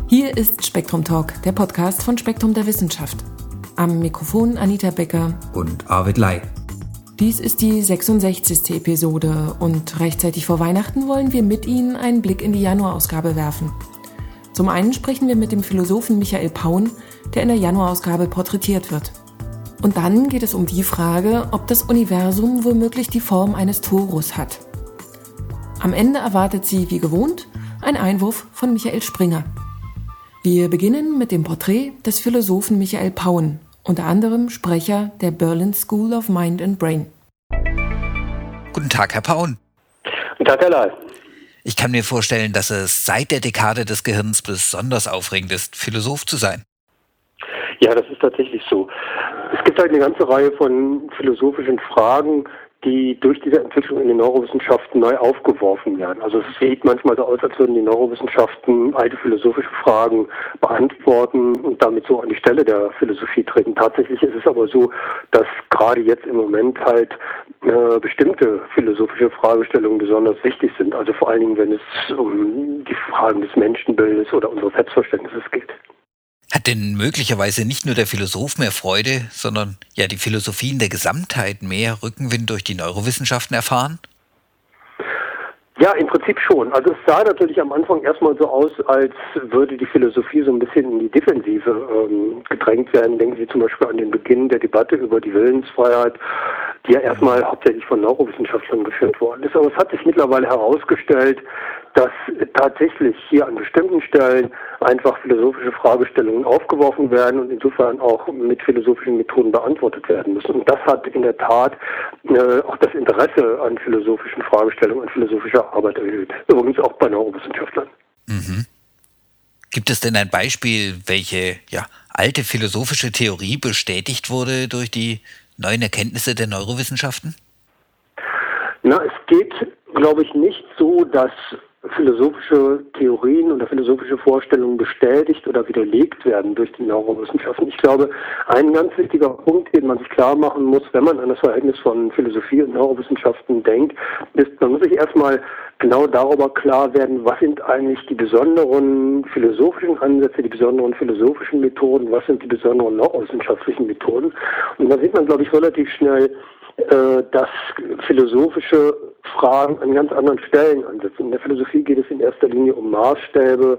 Hier ist Spektrum Talk, der Podcast von Spektrum der Wissenschaft. Am Mikrofon Anita Becker und Arvid Lai. Dies ist die 66. Episode und rechtzeitig vor Weihnachten wollen wir mit Ihnen einen Blick in die Januarausgabe werfen. Zum einen sprechen wir mit dem Philosophen Michael Paun, der in der Januarausgabe porträtiert wird. Und dann geht es um die Frage, ob das Universum womöglich die Form eines Torus hat. Am Ende erwartet Sie, wie gewohnt, ein Einwurf von Michael Springer. Wir beginnen mit dem Porträt des Philosophen Michael Paun, unter anderem Sprecher der Berlin School of Mind and Brain. Guten Tag, Herr Paun. Guten Tag, Herr Lai. Ich kann mir vorstellen, dass es seit der Dekade des Gehirns besonders aufregend ist, Philosoph zu sein. Ja, das ist tatsächlich so. Es gibt halt eine ganze Reihe von philosophischen Fragen, die durch diese Entwicklung in den Neurowissenschaften neu aufgeworfen werden. Also es sieht manchmal so aus, als würden die Neurowissenschaften alte philosophische Fragen beantworten und damit so an die Stelle der Philosophie treten. Tatsächlich ist es aber so, dass gerade jetzt im Moment halt bestimmte philosophische Fragestellungen besonders wichtig sind. Also vor allen Dingen, wenn es um die Fragen des Menschenbildes oder unseres Selbstverständnisses geht. Hat denn möglicherweise nicht nur der Philosoph mehr Freude, sondern ja die Philosophie in der Gesamtheit mehr Rückenwind durch die Neurowissenschaften erfahren? Ja, im Prinzip schon. Also es sah natürlich am Anfang erstmal so aus, als würde die Philosophie so ein bisschen in die Defensive gedrängt werden. Denken Sie zum Beispiel an den Beginn der Debatte über die Willensfreiheit, die ja erstmal hauptsächlich von Neurowissenschaftlern geführt worden ist. Aber es hat sich mittlerweile herausgestellt, dass tatsächlich hier an bestimmten Stellen einfach philosophische Fragestellungen aufgeworfen werden und insofern auch mit philosophischen Methoden beantwortet werden müssen. Und das hat in der Tat auch das Interesse an philosophischen Fragestellungen, an philosophischer Arbeit erhöht. Übrigens auch bei Neurowissenschaftlern. Mhm. Gibt es denn ein Beispiel, welche alte philosophische Theorie bestätigt wurde durch die neuen Erkenntnisse der Neurowissenschaften? Na, es geht, glaube ich, nicht so, dass philosophische Theorien oder philosophische Vorstellungen bestätigt oder widerlegt werden durch die Neurowissenschaften. Ich glaube, ein ganz wichtiger Punkt, den man sich klar machen muss, wenn man an das Verhältnis von Philosophie und Neurowissenschaften denkt, ist, man muss sich erstmal genau darüber klar werden, was sind eigentlich die besonderen philosophischen Ansätze, die besonderen philosophischen Methoden, was sind die besonderen neurowissenschaftlichen Methoden. Und da sieht man, glaube ich, relativ schnell, dass philosophische Fragen an ganz anderen Stellen ansetzen. In der Philosophie geht es in erster Linie um Maßstäbe,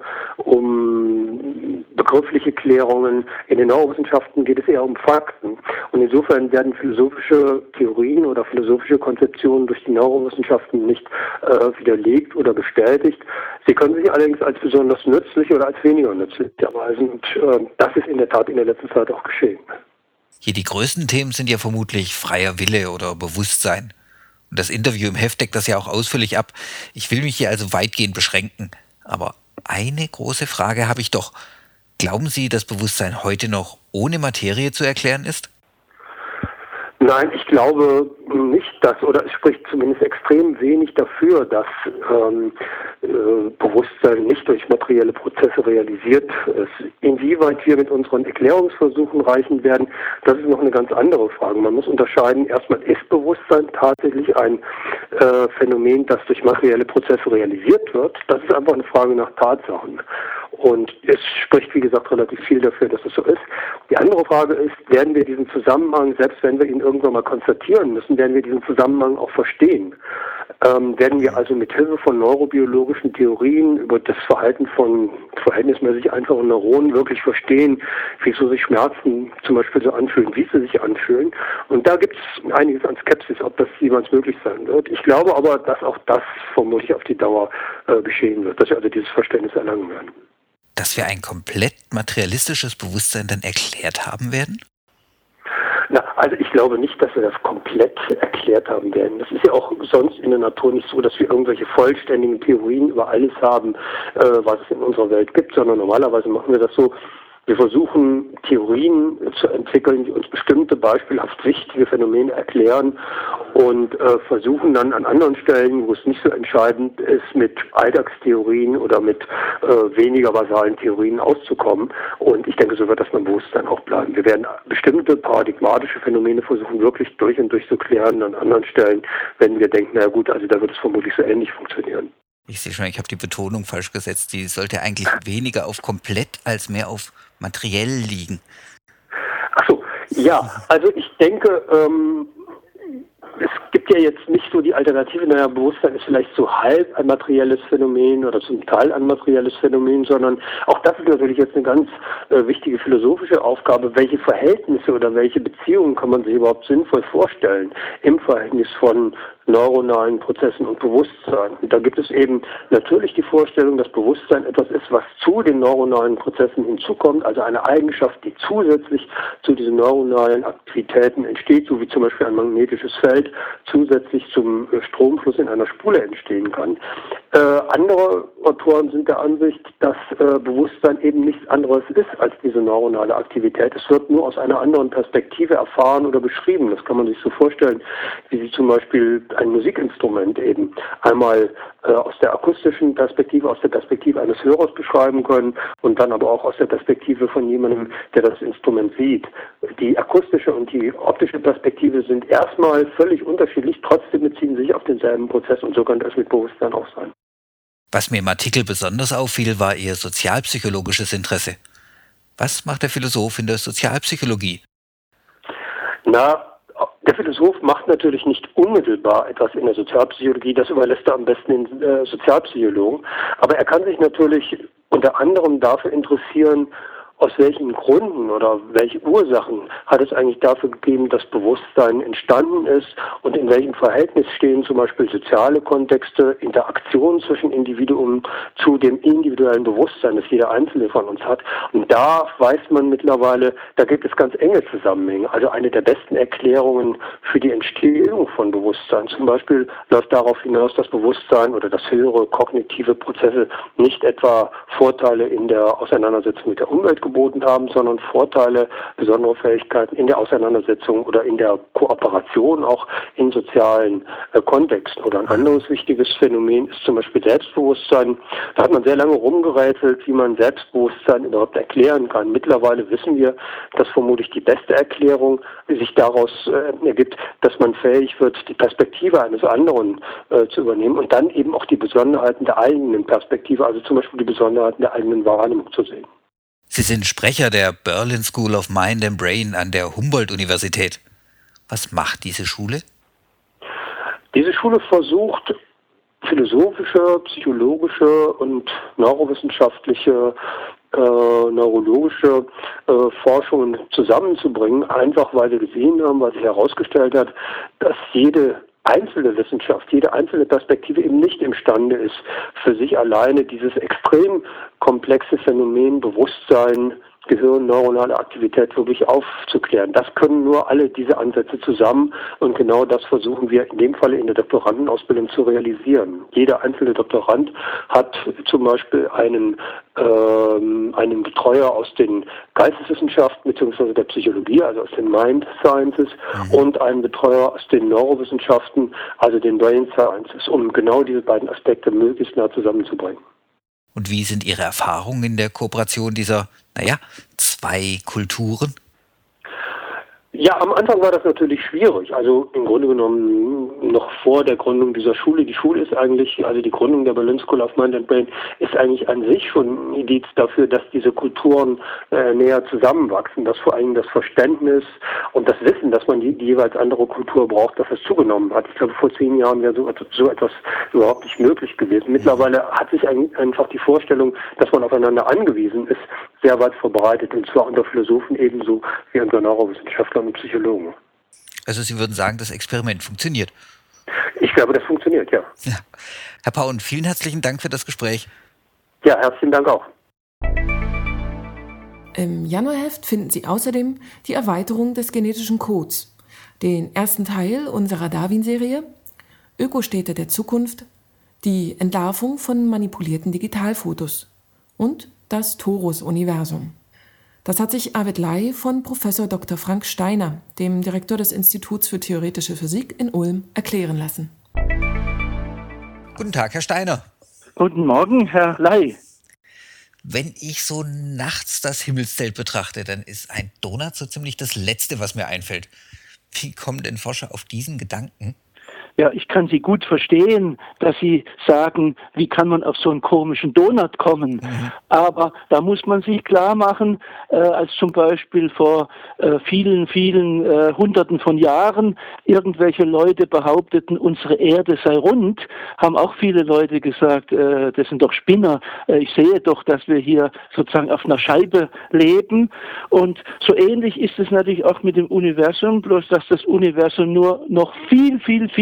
um begriffliche Klärungen. In den Neurowissenschaften geht es eher um Fakten. Und insofern werden philosophische Theorien oder philosophische Konzeptionen durch die Neurowissenschaften nicht widerlegt oder bestätigt. Sie können sich allerdings als besonders nützlich oder als weniger nützlich erweisen. Und das ist in der Tat in der letzten Zeit auch geschehen. Hier die größten Themen sind ja vermutlich freier Wille oder Bewusstsein. Und das Interview im Heft deckt das ja auch ausführlich ab. Ich will mich hier also weitgehend beschränken. Aber eine große Frage habe ich doch. Glauben Sie, dass Bewusstsein heute noch ohne Materie zu erklären ist? Nein, ich glaube nicht, oder es spricht zumindest extrem wenig dafür, dass Bewusstsein nicht durch materielle Prozesse realisiert ist. Inwieweit wir mit unseren Erklärungsversuchen reichen werden, das ist noch eine ganz andere Frage. Man muss unterscheiden, erstmal ist Bewusstsein tatsächlich ein Phänomen, das durch materielle Prozesse realisiert wird. Das ist einfach eine Frage nach Tatsachen. Und es spricht, wie gesagt, relativ viel dafür, dass es so ist. Die andere Frage ist, werden wir diesen Zusammenhang, selbst wenn wir ihn irgendwann mal konstatieren müssen, werden wir diesen Zusammenhang auch verstehen? Werden wir also mit Hilfe von neurobiologischen Theorien über das Verhalten von verhältnismäßig einfachen Neuronen wirklich verstehen, wieso sich Schmerzen zum Beispiel so anfühlen, wie sie sich anfühlen? Und da gibt es einiges an Skepsis, ob das jemals möglich sein wird. Ich glaube aber, dass auch das vermutlich auf die Dauer geschehen wird, dass wir also dieses Verständnis erlangen werden. Dass wir ein komplett materialistisches Bewusstsein dann erklärt haben werden? Na, also ich glaube nicht, dass wir das komplett erklärt haben werden. Das ist ja auch sonst in der Natur nicht so, dass wir irgendwelche vollständigen Theorien über alles haben, was es in unserer Welt gibt, sondern normalerweise machen wir das so, wir versuchen Theorien zu entwickeln, die uns bestimmte beispielhaft wichtige Phänomene erklären und versuchen dann an anderen Stellen, wo es nicht so entscheidend ist, mit Alltagstheorien oder mit weniger basalen Theorien auszukommen. Und ich denke, so wird das beim Bewusstsein auch bleiben. Wir werden bestimmte paradigmatische Phänomene versuchen, wirklich durch und durch zu klären. An anderen Stellen, wenn wir denken, na gut, also da wird es vermutlich so ähnlich funktionieren. Ich sehe schon, ich habe die Betonung falsch gesetzt. Die sollte eigentlich weniger auf komplett als mehr auf materiell liegen. Ach so, ja, also ich denke, es gibt ja jetzt nicht so die Alternative, Bewusstsein ist vielleicht so halb ein materielles Phänomen oder zum Teil ein materielles Phänomen, sondern auch das ist natürlich jetzt eine ganz wichtige philosophische Aufgabe. Welche Verhältnisse oder welche Beziehungen kann man sich überhaupt sinnvoll vorstellen im Verhältnis von neuronalen Prozessen und Bewusstsein? Und da gibt es eben natürlich die Vorstellung, dass Bewusstsein etwas ist, was zu den neuronalen Prozessen hinzukommt, also eine Eigenschaft, die zusätzlich zu diesen neuronalen Aktivitäten entsteht, so wie zum Beispiel ein magnetisches Feld zusätzlich zum Stromfluss in einer Spule entstehen kann. Andere Autoren sind der Ansicht, dass Bewusstsein eben nichts anderes ist als diese neuronale Aktivität. Es wird nur aus einer anderen Perspektive erfahren oder beschrieben. Das kann man sich so vorstellen, wie Sie zum Beispiel ein Musikinstrument eben einmal aus der akustischen Perspektive, aus der Perspektive eines Hörers beschreiben können und dann aber auch aus der Perspektive von jemandem, der das Instrument sieht. Die akustische und die optische Perspektive sind erstmal völlig unterschiedlich, trotzdem beziehen sich auf denselben Prozess und so kann das mit Bewusstsein auch sein. Was mir im Artikel besonders auffiel, war Ihr sozialpsychologisches Interesse. Was macht der Philosoph in der Sozialpsychologie? Der Philosoph macht natürlich nicht unmittelbar etwas in der Sozialpsychologie, das überlässt er am besten den Sozialpsychologen, aber er kann sich natürlich unter anderem dafür interessieren, aus welchen Gründen oder welche Ursachen hat es eigentlich dafür gegeben, dass Bewusstsein entstanden ist und in welchem Verhältnis stehen zum Beispiel soziale Kontexte, Interaktionen zwischen Individuen zu dem individuellen Bewusstsein, das jeder Einzelne von uns hat. Und da weiß man mittlerweile, da gibt es ganz enge Zusammenhänge. Also eine der besten Erklärungen für die Entstehung von Bewusstsein zum Beispiel läuft darauf hinaus, dass Bewusstsein oder dass höhere kognitive Prozesse nicht etwa Vorteile in der Auseinandersetzung mit der Umwelt geboten haben, sondern Vorteile, besondere Fähigkeiten in der Auseinandersetzung oder in der Kooperation auch in sozialen Kontexten. Oder ein anderes wichtiges Phänomen ist zum Beispiel Selbstbewusstsein. Da hat man sehr lange rumgerätselt, wie man Selbstbewusstsein überhaupt erklären kann. Mittlerweile wissen wir, dass vermutlich die beste Erklärung sich daraus ergibt, dass man fähig wird, die Perspektive eines anderen zu übernehmen und dann eben auch die Besonderheiten der eigenen Perspektive, also zum Beispiel die Besonderheiten der eigenen Wahrnehmung zu sehen. Sie sind Sprecher der Berlin School of Mind and Brain an der Humboldt-Universität. Was macht diese Schule? Diese Schule versucht, philosophische, psychologische und neurowissenschaftliche, neurologische Forschungen zusammenzubringen, einfach weil wir gesehen haben, weil sich herausgestellt hat, dass jede einzelne Wissenschaft, jede einzelne Perspektive eben nicht imstande ist, für sich alleine dieses extrem komplexe Phänomen Bewusstsein, Gehirn, neuronale Aktivität wirklich aufzuklären. Das können nur alle diese Ansätze zusammen und genau das versuchen wir in dem Falle in der Doktorandenausbildung zu realisieren. Jeder einzelne Doktorand hat zum Beispiel einen Betreuer aus den Geisteswissenschaften bzw. der Psychologie, also aus den Mind Sciences und einen Betreuer aus den Neurowissenschaften, also den Brain Sciences, um genau diese beiden Aspekte möglichst nah zusammenzubringen. Und wie sind Ihre Erfahrungen in der Kooperation dieser, zwei Kulturen? Ja, am Anfang war das natürlich schwierig. Also im Grunde genommen noch vor der Gründung dieser Schule. Die Schule ist eigentlich, also die Gründung der Berlin School of Mind and Brain ist eigentlich an sich schon ein Indiz dafür, dass diese Kulturen näher zusammenwachsen, dass vor allem das Verständnis und das Wissen, dass man die jeweils andere Kultur braucht, dass es zugenommen hat. Ich glaube, vor 10 Jahren wäre so etwas überhaupt nicht möglich gewesen. Mittlerweile hat sich einfach die Vorstellung, dass man aufeinander angewiesen ist, sehr weit verbreitet, und zwar unter Philosophen ebenso wie unter Neurowissenschaftlern und Psychologen. Also Sie würden sagen, das Experiment funktioniert? Ich glaube, das funktioniert, ja. Herr Paun, vielen herzlichen Dank für das Gespräch. Ja, herzlichen Dank auch. Im Januarheft finden Sie außerdem die Erweiterung des genetischen Codes, den ersten Teil unserer Darwin-Serie, Ökostädte der Zukunft, die Entlarvung von manipulierten Digitalfotos und das Torus-Universum. Das hat sich Arvid Lai von Professor Dr. Frank Steiner, dem Direktor des Instituts für Theoretische Physik in Ulm, erklären lassen. Guten Tag, Herr Steiner. Guten Morgen, Herr Lai. Wenn ich so nachts das Himmelszelt betrachte, dann ist ein Donut so ziemlich das Letzte, was mir einfällt. Wie kommen denn Forscher auf diesen Gedanken? Ja, ich kann Sie gut verstehen, dass Sie sagen, wie kann man auf so einen komischen Donut kommen? Aber da muss man sich klar machen, als zum Beispiel vor vielen Hunderten von Jahren irgendwelche Leute behaupteten, unsere Erde sei rund, haben auch viele Leute gesagt, das sind doch Spinner. Ich sehe doch, dass wir hier sozusagen auf einer Scheibe leben. Und so ähnlich ist es natürlich auch mit dem Universum, bloß dass das Universum nur noch viel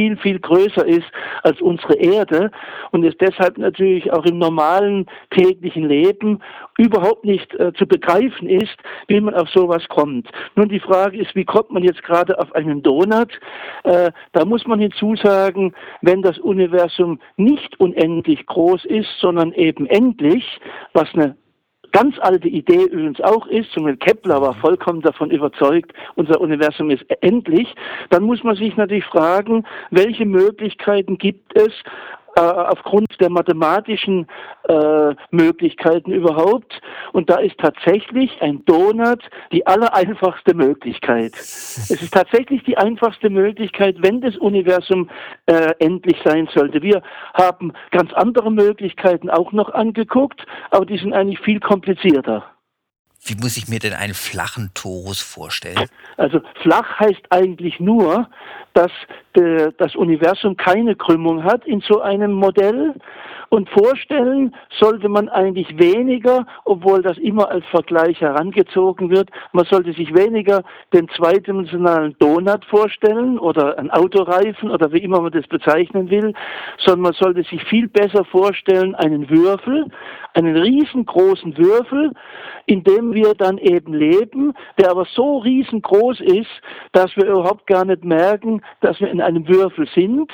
größer ist als unsere Erde und es deshalb natürlich auch im normalen täglichen Leben überhaupt nicht zu begreifen ist, wie man auf sowas kommt. Nun die Frage ist, wie kommt man jetzt gerade auf einen Donut? Da muss man hinzusagen, wenn das Universum nicht unendlich groß ist, sondern eben endlich, was eine ganz alte Idee übrigens auch ist, zum Beispiel Kepler war vollkommen davon überzeugt, unser Universum ist endlich, dann muss man sich natürlich fragen, welche Möglichkeiten gibt es, aufgrund der mathematischen Möglichkeiten überhaupt. Und da ist tatsächlich ein Donut die allereinfachste Möglichkeit. Es ist tatsächlich die einfachste Möglichkeit, wenn das Universum endlich sein sollte. Wir haben ganz andere Möglichkeiten auch noch angeguckt, aber die sind eigentlich viel komplizierter. Wie muss ich mir denn einen flachen Torus vorstellen? Also flach heißt eigentlich nur, dass das Universum keine Krümmung hat in so einem Modell. Und vorstellen sollte man eigentlich weniger, obwohl das immer als Vergleich herangezogen wird, man sollte sich weniger den zweidimensionalen Donut vorstellen oder einen Autoreifen oder wie immer man das bezeichnen will, sondern man sollte sich viel besser vorstellen einen Würfel, einen riesengroßen Würfel, in dem wir dann eben leben, der aber so riesengroß ist, dass wir überhaupt gar nicht merken, dass wir in einem Würfel sind.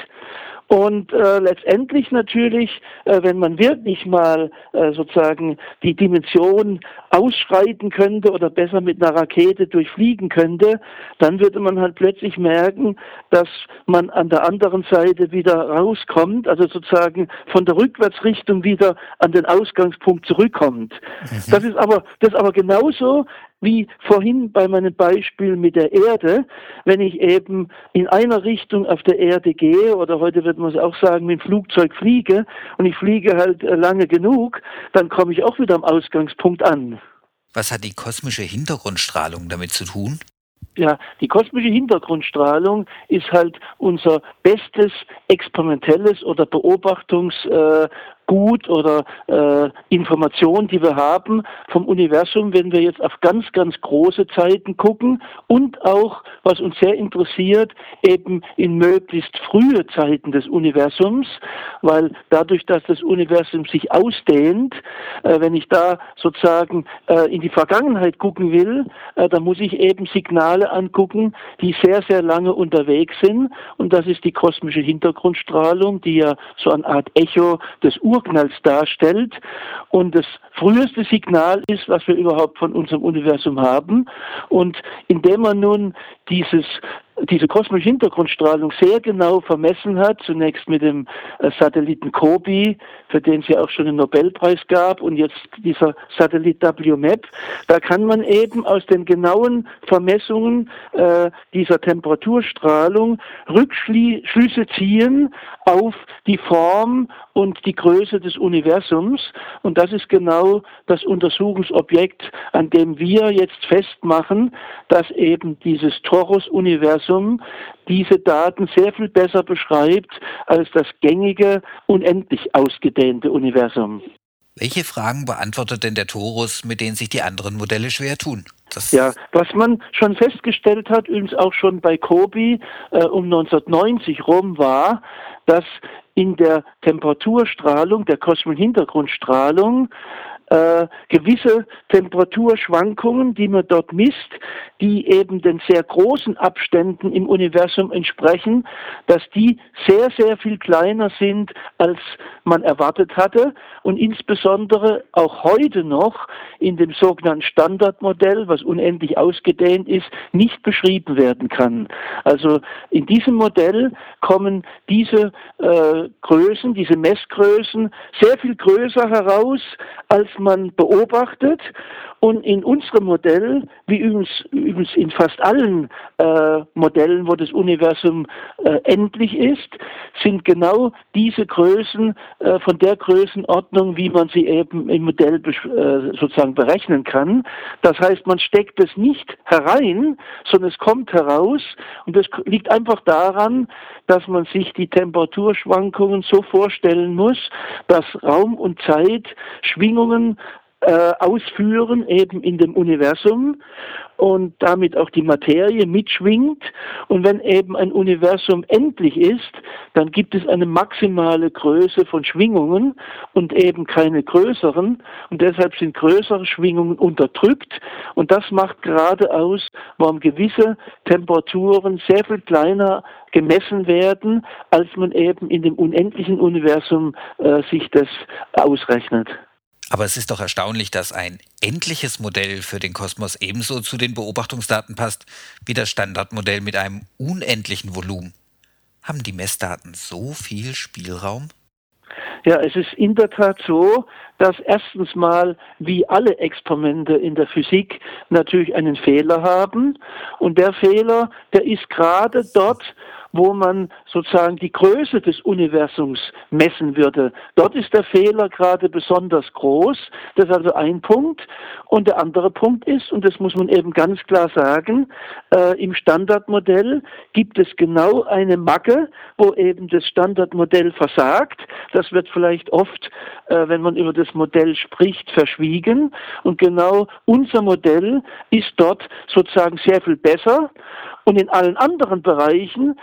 Und letztendlich natürlich, wenn man wirklich mal sozusagen die Dimension ausschreiten könnte oder besser mit einer Rakete durchfliegen könnte, dann würde man halt plötzlich merken, dass man an der anderen Seite wieder rauskommt, also sozusagen von der Rückwärtsrichtung wieder an den Ausgangspunkt zurückkommt. Das ist aber genauso wie vorhin bei meinem Beispiel mit der Erde, wenn ich eben in einer Richtung auf der Erde gehe, oder heute wird man es auch sagen, mit dem Flugzeug fliege, und ich fliege halt lange genug, dann komme ich auch wieder am Ausgangspunkt an. Was hat die kosmische Hintergrundstrahlung damit zu tun? Ja, die kosmische Hintergrundstrahlung ist halt unser bestes experimentelles oder Beobachtungsgut oder Information, die wir haben vom Universum, wenn wir jetzt auf ganz große Zeiten gucken und auch, was uns sehr interessiert, eben in möglichst frühe Zeiten des Universums, weil dadurch, dass das Universum sich ausdehnt, wenn ich da sozusagen in die Vergangenheit gucken will, dann muss ich eben Signale angucken, die sehr lange unterwegs sind, und das ist die kosmische Hintergrundstrahlung, die ja so eine Art Echo des Urknalls darstellt und das früheste Signal ist, was wir überhaupt von unserem Universum haben. Und indem man nun diese kosmische Hintergrundstrahlung sehr genau vermessen hat, zunächst mit dem Satelliten COBE, für den es ja auch schon einen Nobelpreis gab, und jetzt dieser Satellit WMAP, da kann man eben aus den genauen Vermessungen dieser Temperaturstrahlung Rückschlüsse ziehen auf die Form und die Größe des Universums, und das ist genau das Untersuchungsobjekt, an dem wir jetzt festmachen, dass eben dieses Torus-Universum diese Daten sehr viel besser beschreibt als das gängige, unendlich ausgedehnte Universum. Welche Fragen beantwortet denn der Torus, mit denen sich die anderen Modelle schwer tun? Ja, was man schon festgestellt hat, übrigens auch schon bei COBE um 1990 rum, war, dass in der Temperaturstrahlung, der kosmischen Hintergrundstrahlung, gewisse Temperaturschwankungen, die man dort misst, die eben den sehr großen Abständen im Universum entsprechen, dass die sehr viel kleiner sind, als man erwartet hatte, und insbesondere auch heute noch in dem sogenannten Standardmodell, was unendlich ausgedehnt ist, nicht beschrieben werden kann. Also in diesem Modell kommen diese Größen, diese Messgrößen sehr viel größer heraus, als man beobachtet. Und in unserem Modell, wie übrigens in fast allen Modellen, wo das Universum endlich ist, sind genau diese Größen von der Größenordnung, wie man sie eben im Modell sozusagen berechnen kann. Das heißt, man steckt es nicht herein, sondern es kommt heraus. Und das liegt einfach daran, dass man sich die Temperaturschwankungen so vorstellen muss, dass Raum und Zeit Schwingungen ausführen, eben in dem Universum und damit auch die Materie mitschwingt. Und wenn eben ein Universum endlich ist, dann gibt es eine maximale Größe von Schwingungen und eben keine größeren. Und deshalb sind größere Schwingungen unterdrückt. Und das macht gerade aus, warum gewisse Temperaturen sehr viel kleiner gemessen werden, als man eben in dem unendlichen Universum sich das ausrechnet. Aber es ist doch erstaunlich, dass ein endliches Modell für den Kosmos ebenso zu den Beobachtungsdaten passt wie das Standardmodell mit einem unendlichen Volumen. Haben die Messdaten so viel Spielraum? Ja, es ist in der Tat so, dass erstens mal, wie alle Experimente in der Physik, natürlich einen Fehler haben. Und der Fehler, der ist gerade dort, wo man sozusagen die Größe des Universums messen würde. Dort ist der Fehler gerade besonders groß. Das ist also ein Punkt. Und der andere Punkt ist, und das muss man eben ganz klar sagen, im Standardmodell gibt es genau eine Macke, wo eben das Standardmodell versagt. Das wird vielleicht oft, wenn man über das Modell spricht, verschwiegen. Und genau unser Modell ist dort sozusagen sehr viel besser. Und in allen anderen Bereichen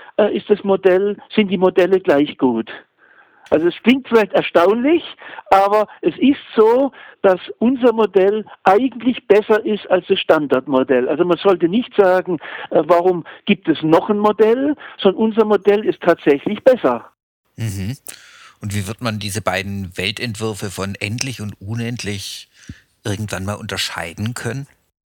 sind die Modelle gleich gut. Also es klingt vielleicht erstaunlich, aber es ist so, dass unser Modell eigentlich besser ist als das Standardmodell. Also man sollte nicht sagen, warum gibt es noch ein Modell, sondern unser Modell ist tatsächlich besser. Mhm. Und wie wird man diese beiden Weltentwürfe von endlich und unendlich irgendwann mal unterscheiden können?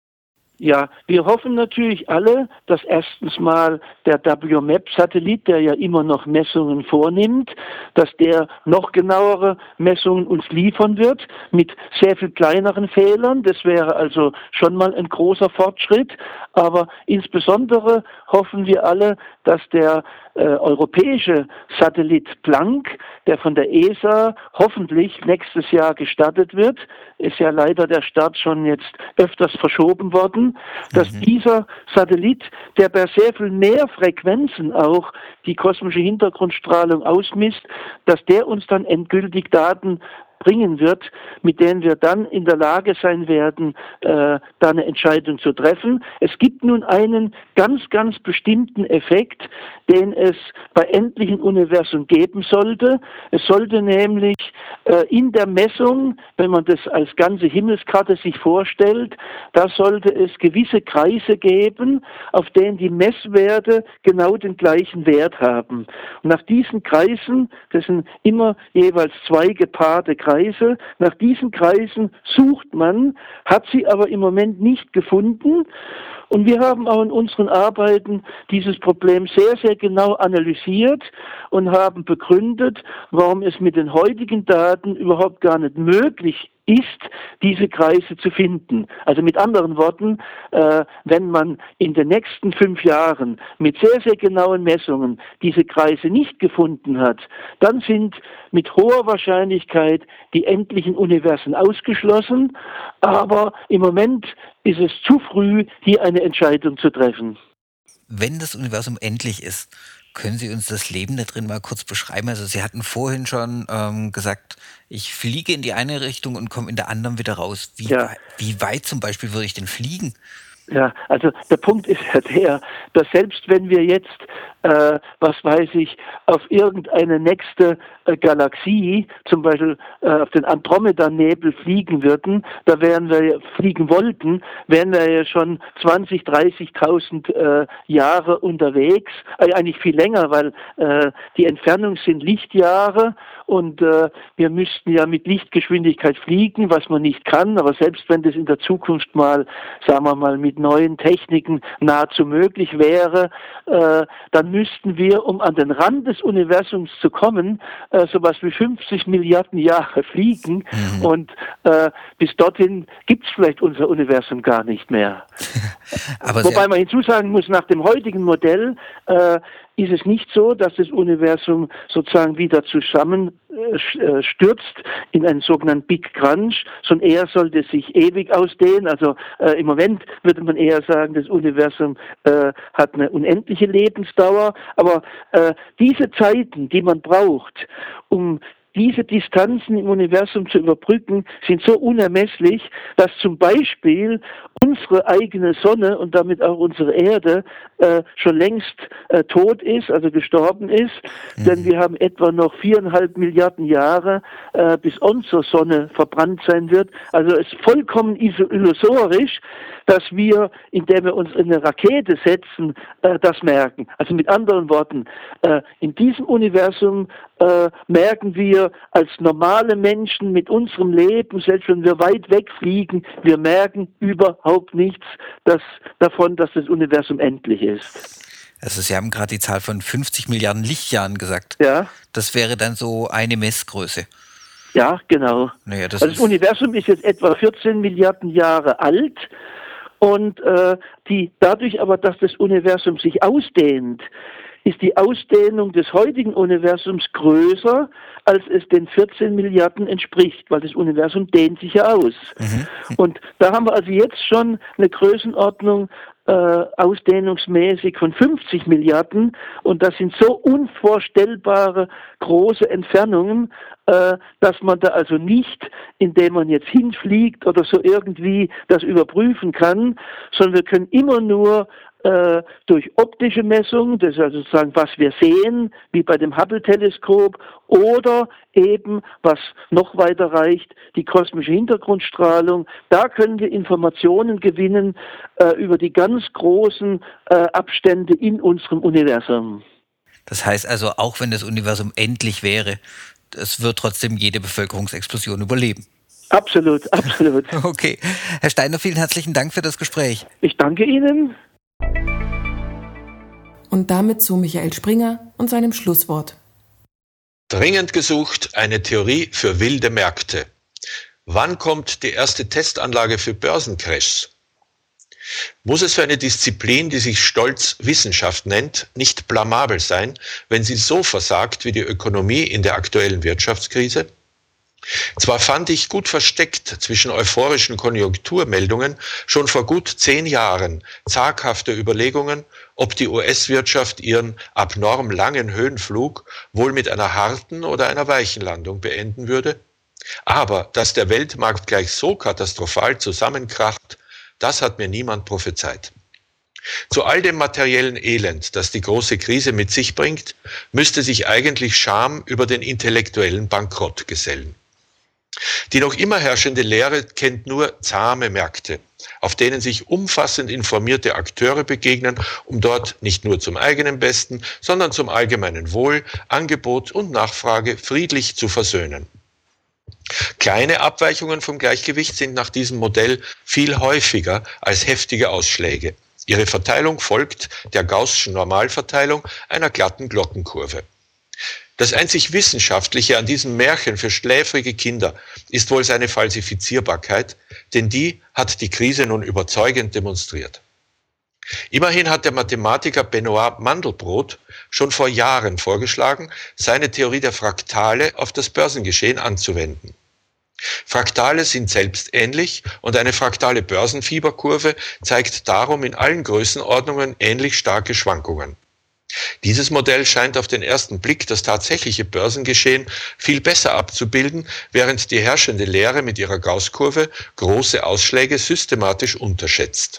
Ja, wir hoffen natürlich alle, dass erstens mal der WMAP-Satellit, der ja immer noch Messungen vornimmt, dass der noch genauere Messungen uns liefern wird mit sehr viel kleineren Fehlern. Das wäre also schon mal ein großer Fortschritt. Aber insbesondere hoffen wir alle, dass der europäische Satellit Planck, der von der ESA hoffentlich nächstes Jahr gestartet wird, ist ja leider der Start schon jetzt öfters verschoben worden, dass dieser Satellit, der bei sehr viel mehr Frequenzen auch die kosmische Hintergrundstrahlung ausmisst, dass der uns dann endgültig Daten bringen wird, mit denen wir dann in der Lage sein werden, da eine Entscheidung zu treffen. Es gibt nun einen ganz, ganz bestimmten Effekt, den es bei endlichen Universum geben sollte. Es sollte nämlich in der Messung, wenn man das als ganze Himmelskarte sich vorstellt, da sollte es gewisse Kreise geben, auf denen die Messwerte genau den gleichen Wert haben. Und nach diesen Kreisen, das sind immer jeweils zwei gepaarte Kreise, nach diesen Kreisen sucht man, hat sie aber im Moment nicht gefunden. Und wir haben auch in unseren Arbeiten dieses Problem sehr, sehr genau analysiert und haben begründet, warum es mit den heutigen Daten überhaupt gar nicht möglich ist, diese Kreise zu finden. Also mit anderen Worten, wenn man in den nächsten 5 Jahren mit sehr, sehr genauen Messungen diese Kreise nicht gefunden hat, dann sind mit hoher Wahrscheinlichkeit die endlichen Universen ausgeschlossen. Aber im Moment ist es zu früh, hier eine Entscheidung zu treffen. Wenn das Universum endlich ist, können Sie uns das Leben da drin mal kurz beschreiben? Also Sie hatten vorhin schon gesagt, ich fliege in die eine Richtung und komme in der anderen wieder raus. Wie weit zum Beispiel würde ich denn fliegen? Ja, also der Punkt ist ja der, dass selbst wenn wir jetzt, auf irgendeine nächste Galaxie, zum Beispiel auf den Andromeda-Nebel fliegen wollten, wären wir ja schon 20.000, 30.000 Jahre unterwegs, eigentlich viel länger, weil die Entfernung sind Lichtjahre und wir müssten ja mit Lichtgeschwindigkeit fliegen, was man nicht kann, aber selbst wenn das in der Zukunft mal, sagen wir mal, mit neuen Techniken nahezu möglich wäre, dann müssten wir, um an den Rand des Universums zu kommen, sowas wie 50 Milliarden Jahre fliegen. Und bis dorthin gibt es vielleicht unser Universum gar nicht mehr. Aber wobei man hinzusagen muss, nach dem heutigen Modell ist es nicht so, dass das Universum sozusagen wieder zusammenstürzt in einen sogenannten Big Crunch, sondern eher sollte es sich ewig ausdehnen. Also im Moment würde man eher sagen, das Universum hat eine unendliche Lebensdauer. Aber diese Zeiten, die man braucht, um diese Distanzen im Universum zu überbrücken, sind so unermesslich, dass zum Beispiel unsere eigene Sonne und damit auch unsere Erde schon längst tot ist, also gestorben ist. Denn wir haben etwa noch 4,5 Milliarden Jahre, bis unsere Sonne verbrannt sein wird. Also es ist vollkommen illusorisch, dass wir, indem wir uns in eine Rakete setzen, das merken. Also mit anderen Worten, in diesem Universum merken wir als normale Menschen mit unserem Leben, selbst wenn wir weit wegfliegen, wir merken überhaupt nichts davon, dass das Universum endlich ist. Also Sie haben gerade die Zahl von 50 Milliarden Lichtjahren gesagt. Ja. Das wäre dann so eine Messgröße. Ja, genau. Naja, das Universum ist jetzt etwa 14 Milliarden Jahre alt. Und dadurch aber, dass das Universum sich ausdehnt, ist die Ausdehnung des heutigen Universums größer, als es den 14 Milliarden entspricht, weil das Universum dehnt sich ja aus. Und da haben wir also jetzt schon eine Größenordnung ausdehnungsmäßig von 50 Milliarden und das sind so unvorstellbare große Entfernungen, dass man da also nicht, indem man jetzt hinfliegt oder so irgendwie das überprüfen kann, sondern wir können immer nur durch optische Messungen, das ist also sozusagen, was wir sehen, wie bei dem Hubble-Teleskop, oder eben, was noch weiter reicht, die kosmische Hintergrundstrahlung. Da können wir Informationen gewinnen über die ganz großen Abstände in unserem Universum. Das heißt also, auch wenn das Universum endlich wäre, es wird trotzdem jede Bevölkerungsexplosion überleben. Absolut, absolut. Okay. Herr Steiner, vielen herzlichen Dank für das Gespräch. Ich danke Ihnen. Und damit zu Michael Springer und seinem Schlusswort. Dringend gesucht eine Theorie für wilde Märkte. Wann kommt die erste Testanlage für Börsencrashs? Muss es für eine Disziplin, die sich stolz Wissenschaft nennt, nicht blamabel sein, wenn sie so versagt wie die Ökonomie in der aktuellen Wirtschaftskrise? Zwar fand ich gut versteckt zwischen euphorischen Konjunkturmeldungen schon vor gut 10 Jahren zaghafte Überlegungen, ob die US-Wirtschaft ihren abnorm langen Höhenflug wohl mit einer harten oder einer weichen Landung beenden würde. Aber dass der Weltmarkt gleich so katastrophal zusammenkracht, das hat mir niemand prophezeit. Zu all dem materiellen Elend, das die große Krise mit sich bringt, müsste sich eigentlich Scham über den intellektuellen Bankrott gesellen. Die noch immer herrschende Lehre kennt nur zahme Märkte, auf denen sich umfassend informierte Akteure begegnen, um dort nicht nur zum eigenen Besten, sondern zum allgemeinen Wohl, Angebot und Nachfrage friedlich zu versöhnen. Kleine Abweichungen vom Gleichgewicht sind nach diesem Modell viel häufiger als heftige Ausschläge. Ihre Verteilung folgt der Gaußschen Normalverteilung einer glatten Glockenkurve. Das einzig Wissenschaftliche an diesem Märchen für schläfrige Kinder ist wohl seine Falsifizierbarkeit, denn die hat die Krise nun überzeugend demonstriert. Immerhin hat der Mathematiker Benoit Mandelbrot schon vor Jahren vorgeschlagen, seine Theorie der Fraktale auf das Börsengeschehen anzuwenden. Fraktale sind selbstähnlich und eine fraktale Börsenfieberkurve zeigt darum in allen Größenordnungen ähnlich starke Schwankungen. Dieses Modell scheint auf den ersten Blick das tatsächliche Börsengeschehen viel besser abzubilden, während die herrschende Lehre mit ihrer Gaußkurve große Ausschläge systematisch unterschätzt.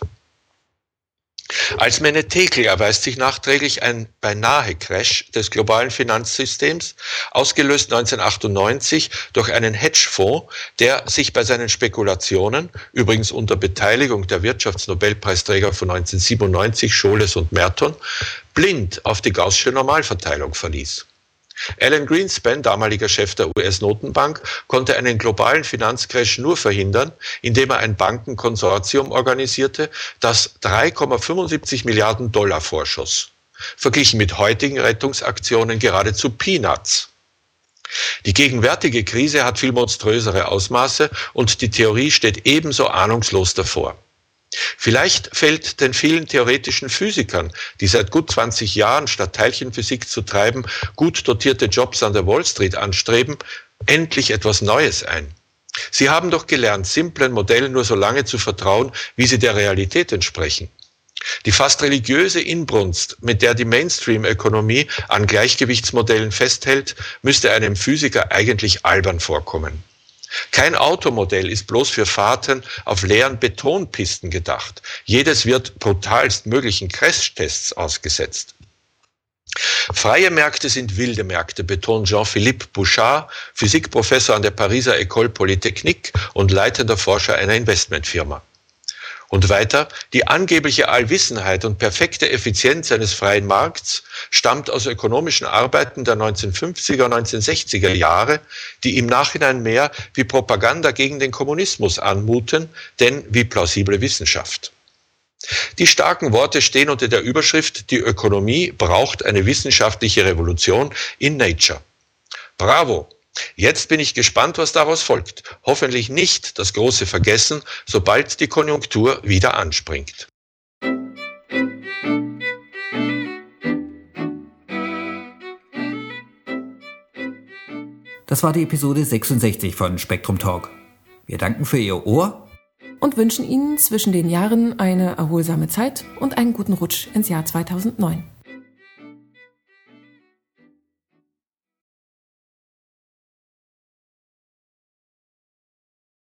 Als Menetekel erweist sich nachträglich ein Beinahe-Crash des globalen Finanzsystems, ausgelöst 1998 durch einen Hedgefonds, der sich bei seinen Spekulationen, übrigens unter Beteiligung der Wirtschaftsnobelpreisträger von 1997, Scholes und Merton, blind auf die gaußsche Normalverteilung verließ. Alan Greenspan, damaliger Chef der US-Notenbank, konnte einen globalen Finanzcrash nur verhindern, indem er ein Bankenkonsortium organisierte, das 3,75 Milliarden Dollar vorschoss. verglichen mit heutigen Rettungsaktionen geradezu Peanuts. Die gegenwärtige Krise hat viel monströsere Ausmaße und die Theorie steht ebenso ahnungslos davor. Vielleicht fällt den vielen theoretischen Physikern, die seit gut 20 Jahren statt Teilchenphysik zu treiben, gut dotierte Jobs an der Wall Street anstreben, endlich etwas Neues ein. Sie haben doch gelernt, simplen Modellen nur so lange zu vertrauen, wie sie der Realität entsprechen. Die fast religiöse Inbrunst, mit der die Mainstream-Ökonomie an Gleichgewichtsmodellen festhält, müsste einem Physiker eigentlich albern vorkommen. Kein Automodell ist bloß für Fahrten auf leeren Betonpisten gedacht. Jedes wird brutalst möglichen Crashtests ausgesetzt. Freie Märkte sind wilde Märkte, betont Jean-Philippe Bouchard, Physikprofessor an der Pariser École Polytechnique und leitender Forscher einer Investmentfirma. Und weiter, die angebliche Allwissenheit und perfekte Effizienz eines freien Markts stammt aus ökonomischen Arbeiten der 1950er und 1960er Jahre, die im Nachhinein mehr wie Propaganda gegen den Kommunismus anmuten, denn wie plausible Wissenschaft. Die starken Worte stehen unter der Überschrift: Die Ökonomie braucht eine wissenschaftliche Revolution in Nature. Bravo! Jetzt bin ich gespannt, was daraus folgt. Hoffentlich nicht das große Vergessen, sobald die Konjunktur wieder anspringt. Das war die Episode 66 von Spektrum Talk. Wir danken für Ihr Ohr und wünschen Ihnen zwischen den Jahren eine erholsame Zeit und einen guten Rutsch ins Jahr 2009.